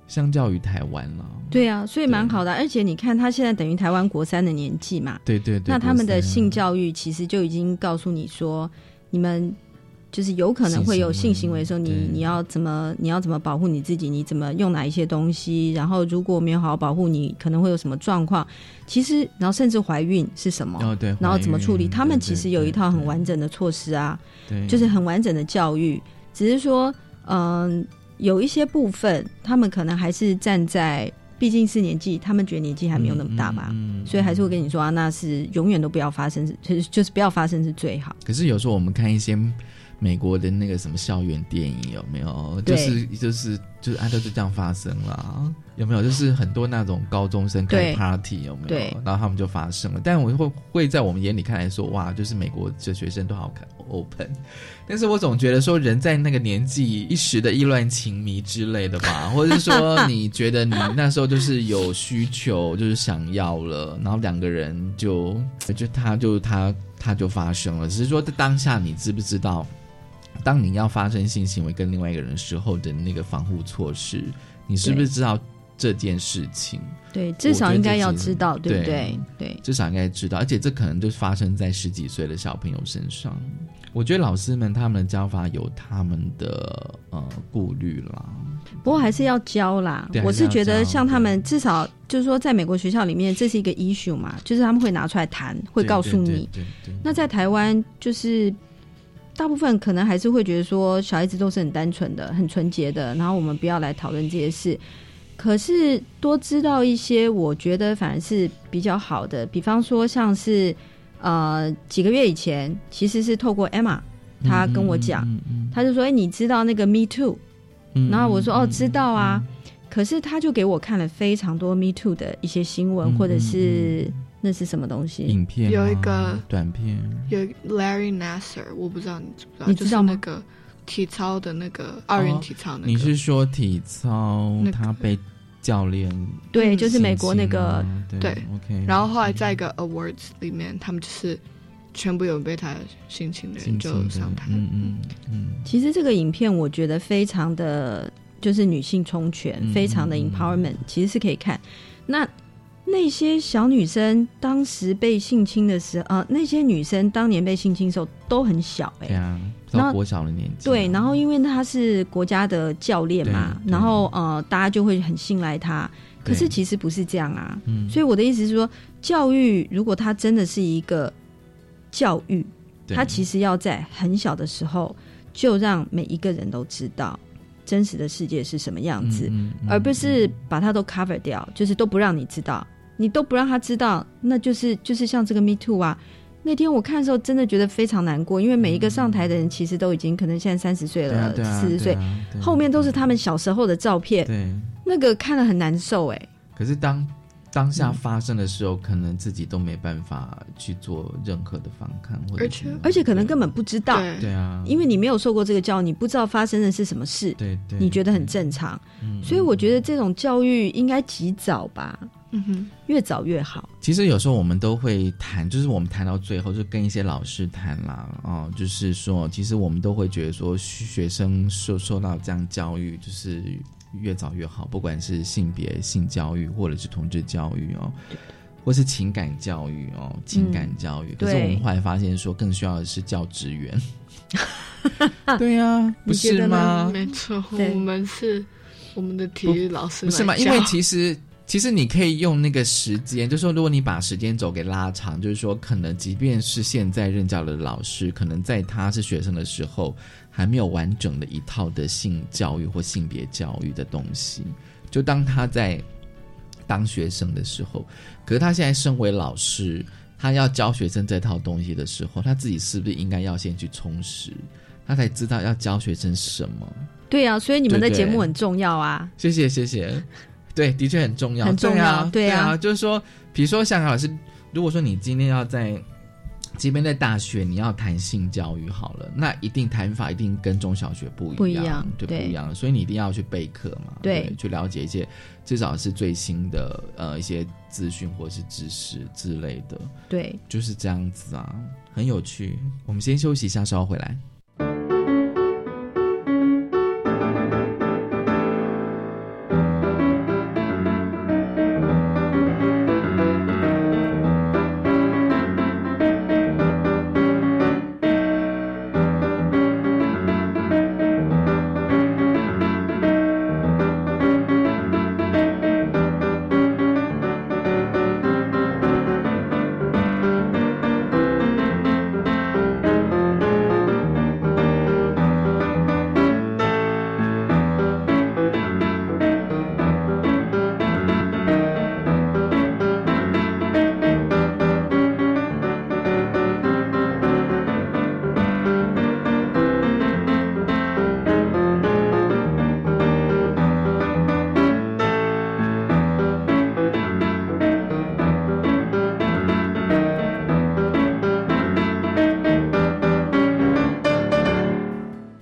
C: 相较于台湾啦。
E: 对啊，所以蛮好的。而且你看他现在等于台湾国3的年纪嘛，
C: 对对对，
E: 那他们的性教育其实就已经告诉你说，你们就是有可能会有性行为的时候，你要怎么保护你自己，你怎么用哪一些东西，然后如果没有好好保护你可能会有什么状况，其实然后甚至怀孕是什么，
C: 对，
E: 然后怎么处理，他们其实有一套很完整的措施啊，
C: 对，
E: 就是很完整的教育，只是说有一些部分他们可能还是站在毕竟是年纪，他们觉得年纪还没有那么大嘛，所以还是会跟你说啊，那是永远都不要发生，就是不要发生是最好。
C: 可是有时候我们看一些美国的那个什么校园电影，有没有？就是都是这样发生了，有没有？就是很多那种高中生开 party 有没有？然后他们就发生了，但我会在我们眼里看来说，哇，就是美国的学生都好看 open， 但是我总觉得说人在那个年纪一时的意乱情迷之类的吧，或者是说你觉得你那时候就是有需求，就是想要了，然后两个人他就发生了，只是说在当下你知不知道？当你要发生性行为跟另外一个人时候的那个防护措施，你是不是知道这件事情？
E: 对，至少应该要知道，对不对？对，
C: 至少应该知道，而且这可能就发生在10几岁的小朋友身上。我觉得老师们他们的教法有他们的顾虑啦，
E: 不过还是要教啦。我是觉得像他们至少就是说，在美国学校里面，这是一个 issue 嘛，就是他们会拿出来谈，会告诉你。对。那在台湾就是大部分可能还是会觉得说小孩子都是很单纯的很纯洁的，然后我们不要来讨论这些事。可是多知道一些我觉得反而是比较好的，比方说像是几个月以前其实是透过 Emma 她跟我讲，她就说你知道那个 Me Too，然后我说知道啊，可是她就给我看了非常多 Me Too 的一些新闻，或者是那是什么东西？
C: 影片
F: 有一个
C: 短片，
F: 有 Larry Nassar， 我不知道你知不知道？
E: 你知道吗？
F: 就是那个体操的那个二人体操那个。
C: 你是说体操他被教练？
E: 对，就是美国那个
F: 对。
C: OK。
F: 然后后来在一个 Awards 里面，他们就是全部有被他性侵的人就上台。
E: 其实这个影片我觉得非常的就是女性充权，非常的 empowerment，其实是可以看。那些小女生当时被性侵的时候，那些女生当年被性侵的时候都很小
C: 对啊，到国小的年纪。
E: 对，然后因为他是国家的教练嘛，然后大家就会很信赖他。可是其实不是这样啊，所以我的意思是说，教育如果它真的是一个教育，它其实要在很小的时候就让每一个人都知道真实的世界是什么样子，而不是把它都 cover 掉，就是都不让你知道。你都不让他知道，那就是像这个 Me Too 啊。那天我看的时候真的觉得非常难过，因为每一个上台的人其实都已经可能现在30岁了，40岁，后面都是他们小时候的照片，
C: 对，
E: 那个看了很难受
C: 可是当下发生的时候，可能自己都没办法去做任何的反抗，
E: 而且可能根本不知道，
C: 对啊，
E: 因为你没有受过这个教育，你不知道发生的是什么事，
C: 对，
E: 你觉得很正常，所以我觉得这种教育应该及早吧。越早越好。
C: 其实有时候我们都会谈，就是我们谈到最后就跟一些老师谈啦，就是说其实我们都会觉得说学生受到这样教育就是越早越好，不管是性别性教育或者是同志教育或是情感教育情感教育，可是我们后来发现说更需要的是教职员对啊，不是吗？
F: 没错，我们的体育老师
C: 不是吗？因为其实你可以用那个时间，就是说如果你把时间轴给拉长，就是说可能即便是现在任教的老师，可能在他是学生的时候还没有完整的一套的性教育或性别教育的东西，就当他在当学生的时候，可是他现在身为老师，他要教学生这套东西的时候，他自己是不是应该要先去充实，他才知道要教学生什么？
E: 对啊，所以你们的节目很重要啊。
C: 谢谢对，的确很重要，
E: 很重要，
C: 对啊，就是说比如说像老师，如果说你今天要即便在大学你要谈性教育好了，那一定谈法一定跟中小学不一样，对，不一样，所以你一定要去备课嘛，对，去了解一些至少是最新的一些资讯或者是知识之类的，
E: 对，
C: 就是这样子啊，很有趣。我们先休息一下，稍后回来。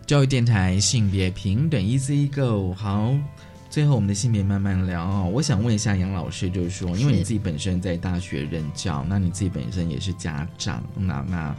C: 教育电台性别平等 Easy Go。 好，最后我们的性别慢慢聊哦。我想问一下杨老师，就是说因为你自己本身在大学任教，那你自己本身也是家长，那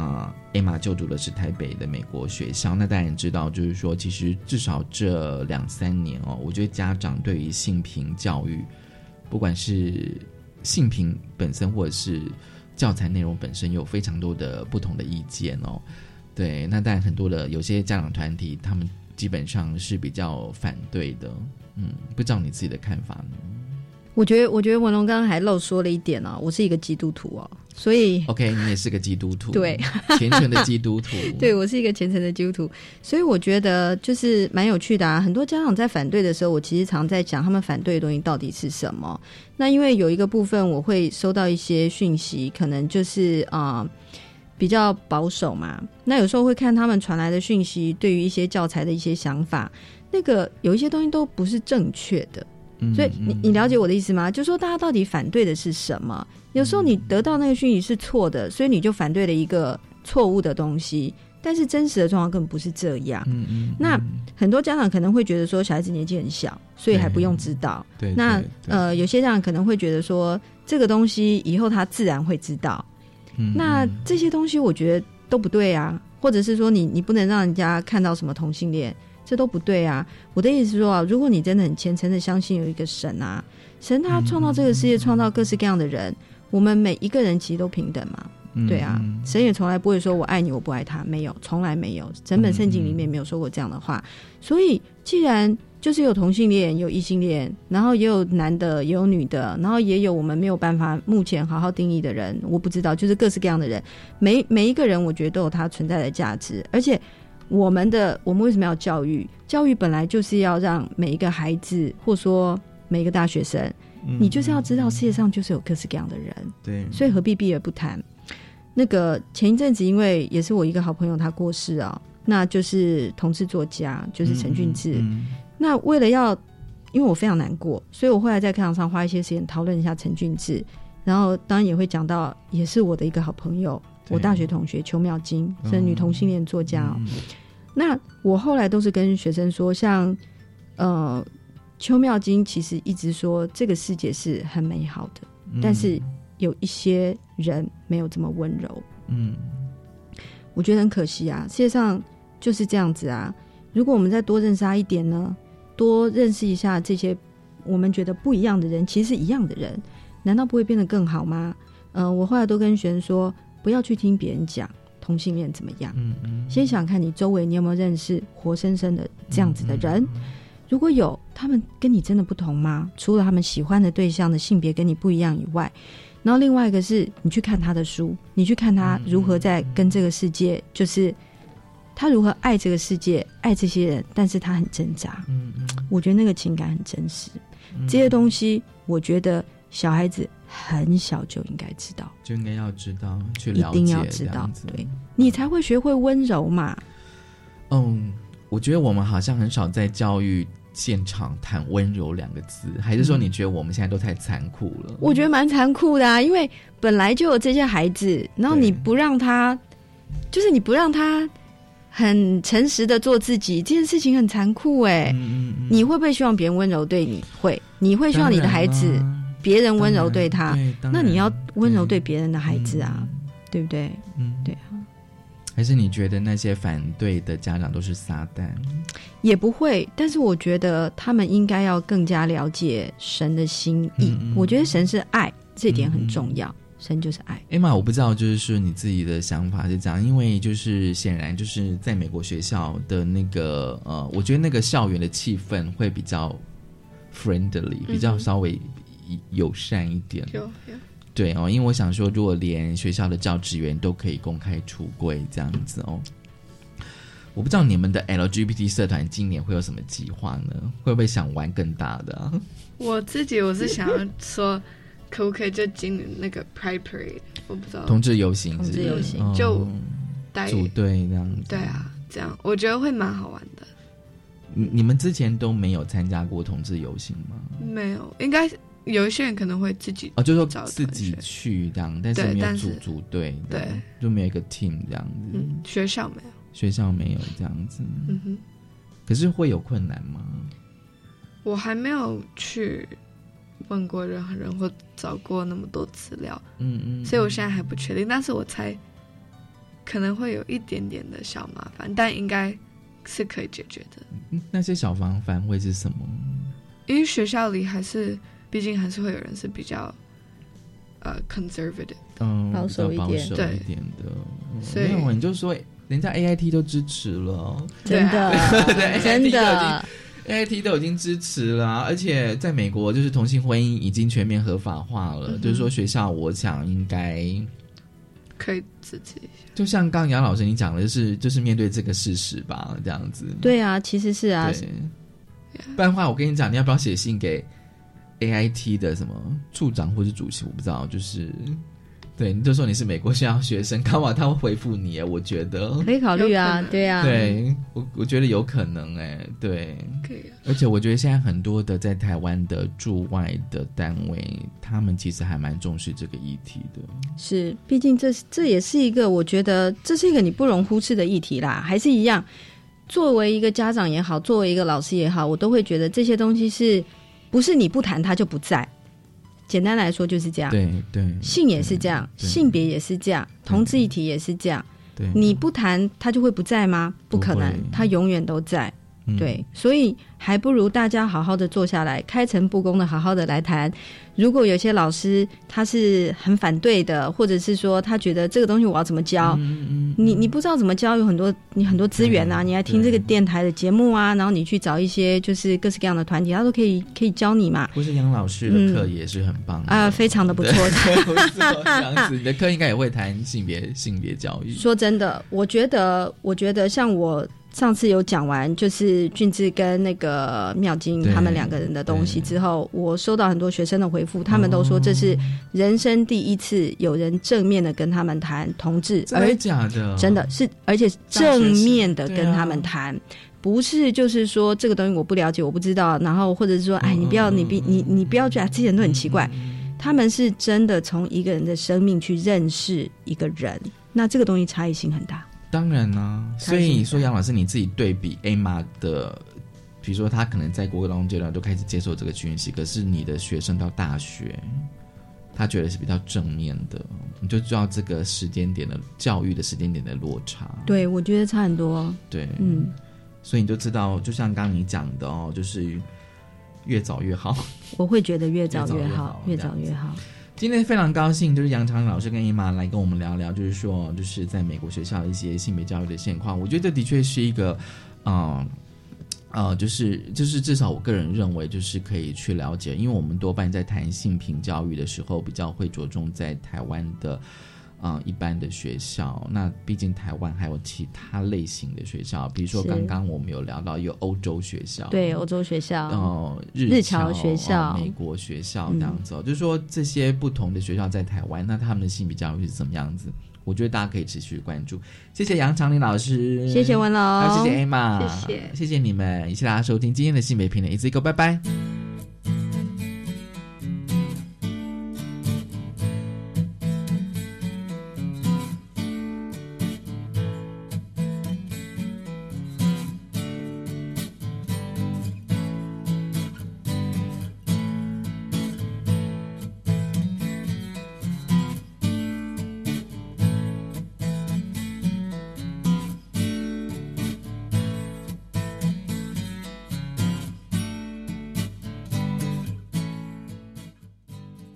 C: Emma 就读的是台北的美国学校，那当然知道就是说其实至少这2-3年哦，我觉得家长对于性平教育，不管是性平本身或者是教材内容本身有非常多的不同的意见哦。对，那当然很多的有些家长团体他们基本上是比较反对的，不知道你自己的看法呢？
E: 我觉得文龙刚刚还漏说了一点哦，我是一个基督徒哦，所以
C: OK， 你也是个基督徒，
E: 对，
C: 虔诚的基督徒，
E: 对，我是一个虔诚的基督徒，所以我觉得就是蛮有趣的啊。很多家长在反对的时候，我其实常在讲他们反对的东西到底是什么。那因为有一个部分我会收到一些讯息，可能就是比较保守嘛，那有时候会看他们传来的讯息，对于一些教材的一些想法，那个有一些东西都不是正确的。所以你了解我的意思吗？就是说大家到底反对的是什么？有时候你得到那个讯息是错的，所以你就反对了一个错误的东西，但是真实的状况根本不是这样。那很多家长可能会觉得说小孩子年纪很小，所以还不用知道。
C: 对，
E: 那有些家长可能会觉得说这个东西以后他自然会知道。那这些东西我觉得都不对啊，或者是说你不能让人家看到什么同性恋，这都不对啊。我的意思是说啊，如果你真的很虔诚的相信有一个神啊，神他创造这个世界，创造各式各样的人，我们每一个人其实都平等嘛。对啊，神也从来不会说我爱你我不爱他，没有，从来没有，整本圣经里面没有说过这样的话。所以既然就是有同性恋有异性恋，然后也有男的也有女的，然后也有我们没有办法目前好好定义的人，我不知道，就是各式各样的人，每一个人我觉得都有他存在的价值。而且我们为什么要教育？教育本来就是要让每一个孩子，或说每一个大学生，你就是要知道世界上就是有各式各样的人。对，所以何必避而不谈？那个前一阵子因为也是我一个好朋友他过世啊，那就是同志作家，就是陈俊志。那为了因为我非常难过，所以我后来在课堂上花一些时间讨论一下陈俊志，然后当然也会讲到也是我的一个好朋友，我大学同学邱妙金，是女同性恋作家那我后来都是跟学生说，像邱妙金其实一直说这个世界是很美好的，但是有一些人没有这么温柔。我觉得很可惜啊，世界上就是这样子啊。如果我们再多认识他一点呢，多认识一下这些我们觉得不一样的人，其实是一样的人，难道不会变得更好吗？我后来都跟学生说，不要去听别人讲同性恋怎么样，先想看你周围你有没有认识活生生的这样子的人。如果有，他们跟你真的不同吗？除了他们喜欢的对象的性别跟你不一样以外，然后另外一个是你去看他的书，你去看他如何在跟这个世界，就是他如何爱这个世界，爱这些人，但是他很挣扎。我觉得那个情感很真实。这些东西我觉得小孩子很小就应该知道，
C: 就应该要知道，去了解，
E: 一定要知道，对，你才会学会温柔嘛。
C: 我觉得我们好像很少在教育现场谈温柔2个字，还是说你觉得我们现在都太残酷了？
E: 我觉得蛮残酷的啊，因为本来就有这些孩子，然后你不让他，就是你不让他很诚实的做自己，这件事情很残酷欸。你会不会希望别人温柔对你？会。你会希望你的孩子别人温柔对他？那你要温柔对别人的孩子啊，对不对？对啊。
C: 还是你觉得那些反对的家长都是撒旦？
E: 也不会，但是我觉得他们应该要更加了解神的心意。我觉得神是爱，这点很重要。神就是爱。
C: Emma，我不知道就是说你自己的想法是这样，因为就是显然就是在美国学校的那个我觉得那个校园的气氛会比较 friendly，比较稍微友善一点。对哦，因为我想说，如果连学校的教职员都可以公开出柜这样子哦，我不知道你们的 LGBT 社团今年会有什么计划呢？会不会想玩更大的啊？
F: 我是想要说，可不可以就今年那个 Pride Parade， 我不知道
C: 同志游行，
E: 同志游行
F: 就带
C: 组队这样子。
F: 对啊，这样我觉得会蛮好玩的。
C: 你们之前都没有参加过同志游行吗？
F: 没有，应该有一些人可能会自己
C: 就是说自己去这样，但是没有组队的，
F: 对，
C: 就没有一个 team 这样子。
F: 学校没有。
C: 学校没有这样子。可是会有困难吗？
F: 我还没有去问过任何人或找过那么多资料，所以我现在还不确定。但是我猜可能会有一点点的小麻烦，但应该是可以解决的。
C: 那些小麻烦会是什么？
F: 因为学校里毕竟还是会有人是比较conservative，
E: 保守一点
C: 的。
F: 所以
C: 没有，你就说人家 AIT 都支持了，
E: 真的
C: 对
E: 真的。
C: AIT 都已经支持了，而且在美国就是同性婚姻已经全面合法化了，就是说学校我想应该
F: 可以支持一下。
C: 就像刚刚杨老师你讲的就是面对这个事实吧，这样子。
E: 对啊，其实是啊。
C: 不然的话我跟你讲，你要不要写信给 AIT 的什么处长或是主席，我不知道，就是对，你就说你是美国学校学生，看完他会回复你，我觉得
E: 可以考虑啊。对啊，
C: 对，我觉得有可能对，
F: 可以。
C: 而且我觉得现在很多的在台湾的驻外的单位，他们其实还蛮重视这个议题的。
E: 是，毕竟这也是一个，我觉得这是一个你不容忽视的议题啦。还是一样，作为一个家长也好，作为一个老师也好，我都会觉得这些东西是不是你不谈它就不在。简单来说就是这样，
C: 对，
E: 性也是这样，性别也是这样，同志议题也是这样。
C: 对，
E: 你不谈它就会不在吗？不可能，它永远都在。对，所以还不如大家好好的坐下来，开诚布公的好好的来谈。如果有些老师他是很反对的，或者是说他觉得这个东西我要怎么教，你不知道怎么教，有很多资源啊，你来听这个电台的节目啊，然后你去找一些就是各式各样的团体，他都可以教你嘛。
C: 或是杨老师的课也是很棒的
E: 非常的不错的。
C: 这样子，你的课应该也会谈性别教育。
E: 说真的，我觉得像我上次有讲完就是俊志跟那个妙金他们两个人的东西之后，我收到很多学生的回复，他们都说这是人生第一次有人正面的跟他们谈同志。
C: 真的假的？
E: 真的是，而且正面的跟他们谈，不是就是说这个东西我不了解我不知道，然后或者是说你不要你不要觉得这些人都很奇怪，他们是真的从一个人的生命去认识一个人，那这个东西差异性很大。
C: 当然啦，所以说杨老师你自己对比 Emma 的，比如说他可能在国高中阶段都开始接受这个讯息，可是你的学生到大学他觉得是比较正面的，你就知道这个时间点的教育的时间点的落差。
E: 对，我觉得差很多。
C: 对，所以你就知道，就像刚刚你讲的就是越早越好。我
E: 会觉得越早越好，越早越好。
C: 今天非常高兴，就是杨长老师跟Emma来跟我们聊聊，就是说，就是在美国学校的一些性别教育的现况。我觉得这的确是一个，就是至少我个人认为，就是可以去了解，因为我们多半在谈性平教育的时候，比较会着重在台湾的。一般的学校，那毕竟台湾还有其他类型的学校，比如说刚刚我们有聊到有欧洲学校，
E: 对，欧洲学校，
C: 日
E: 侨学校，
C: 美国学校这样子就是说这些不同的学校在台湾，那他们的性别教育是怎么样子？我觉得大家可以持续关注。谢谢杨长林老师，
E: 谢谢文龙，
C: 谢谢 Emma，
F: 谢谢
C: 你们，谢谢大家收听今天的性别平等，一次一个，拜拜。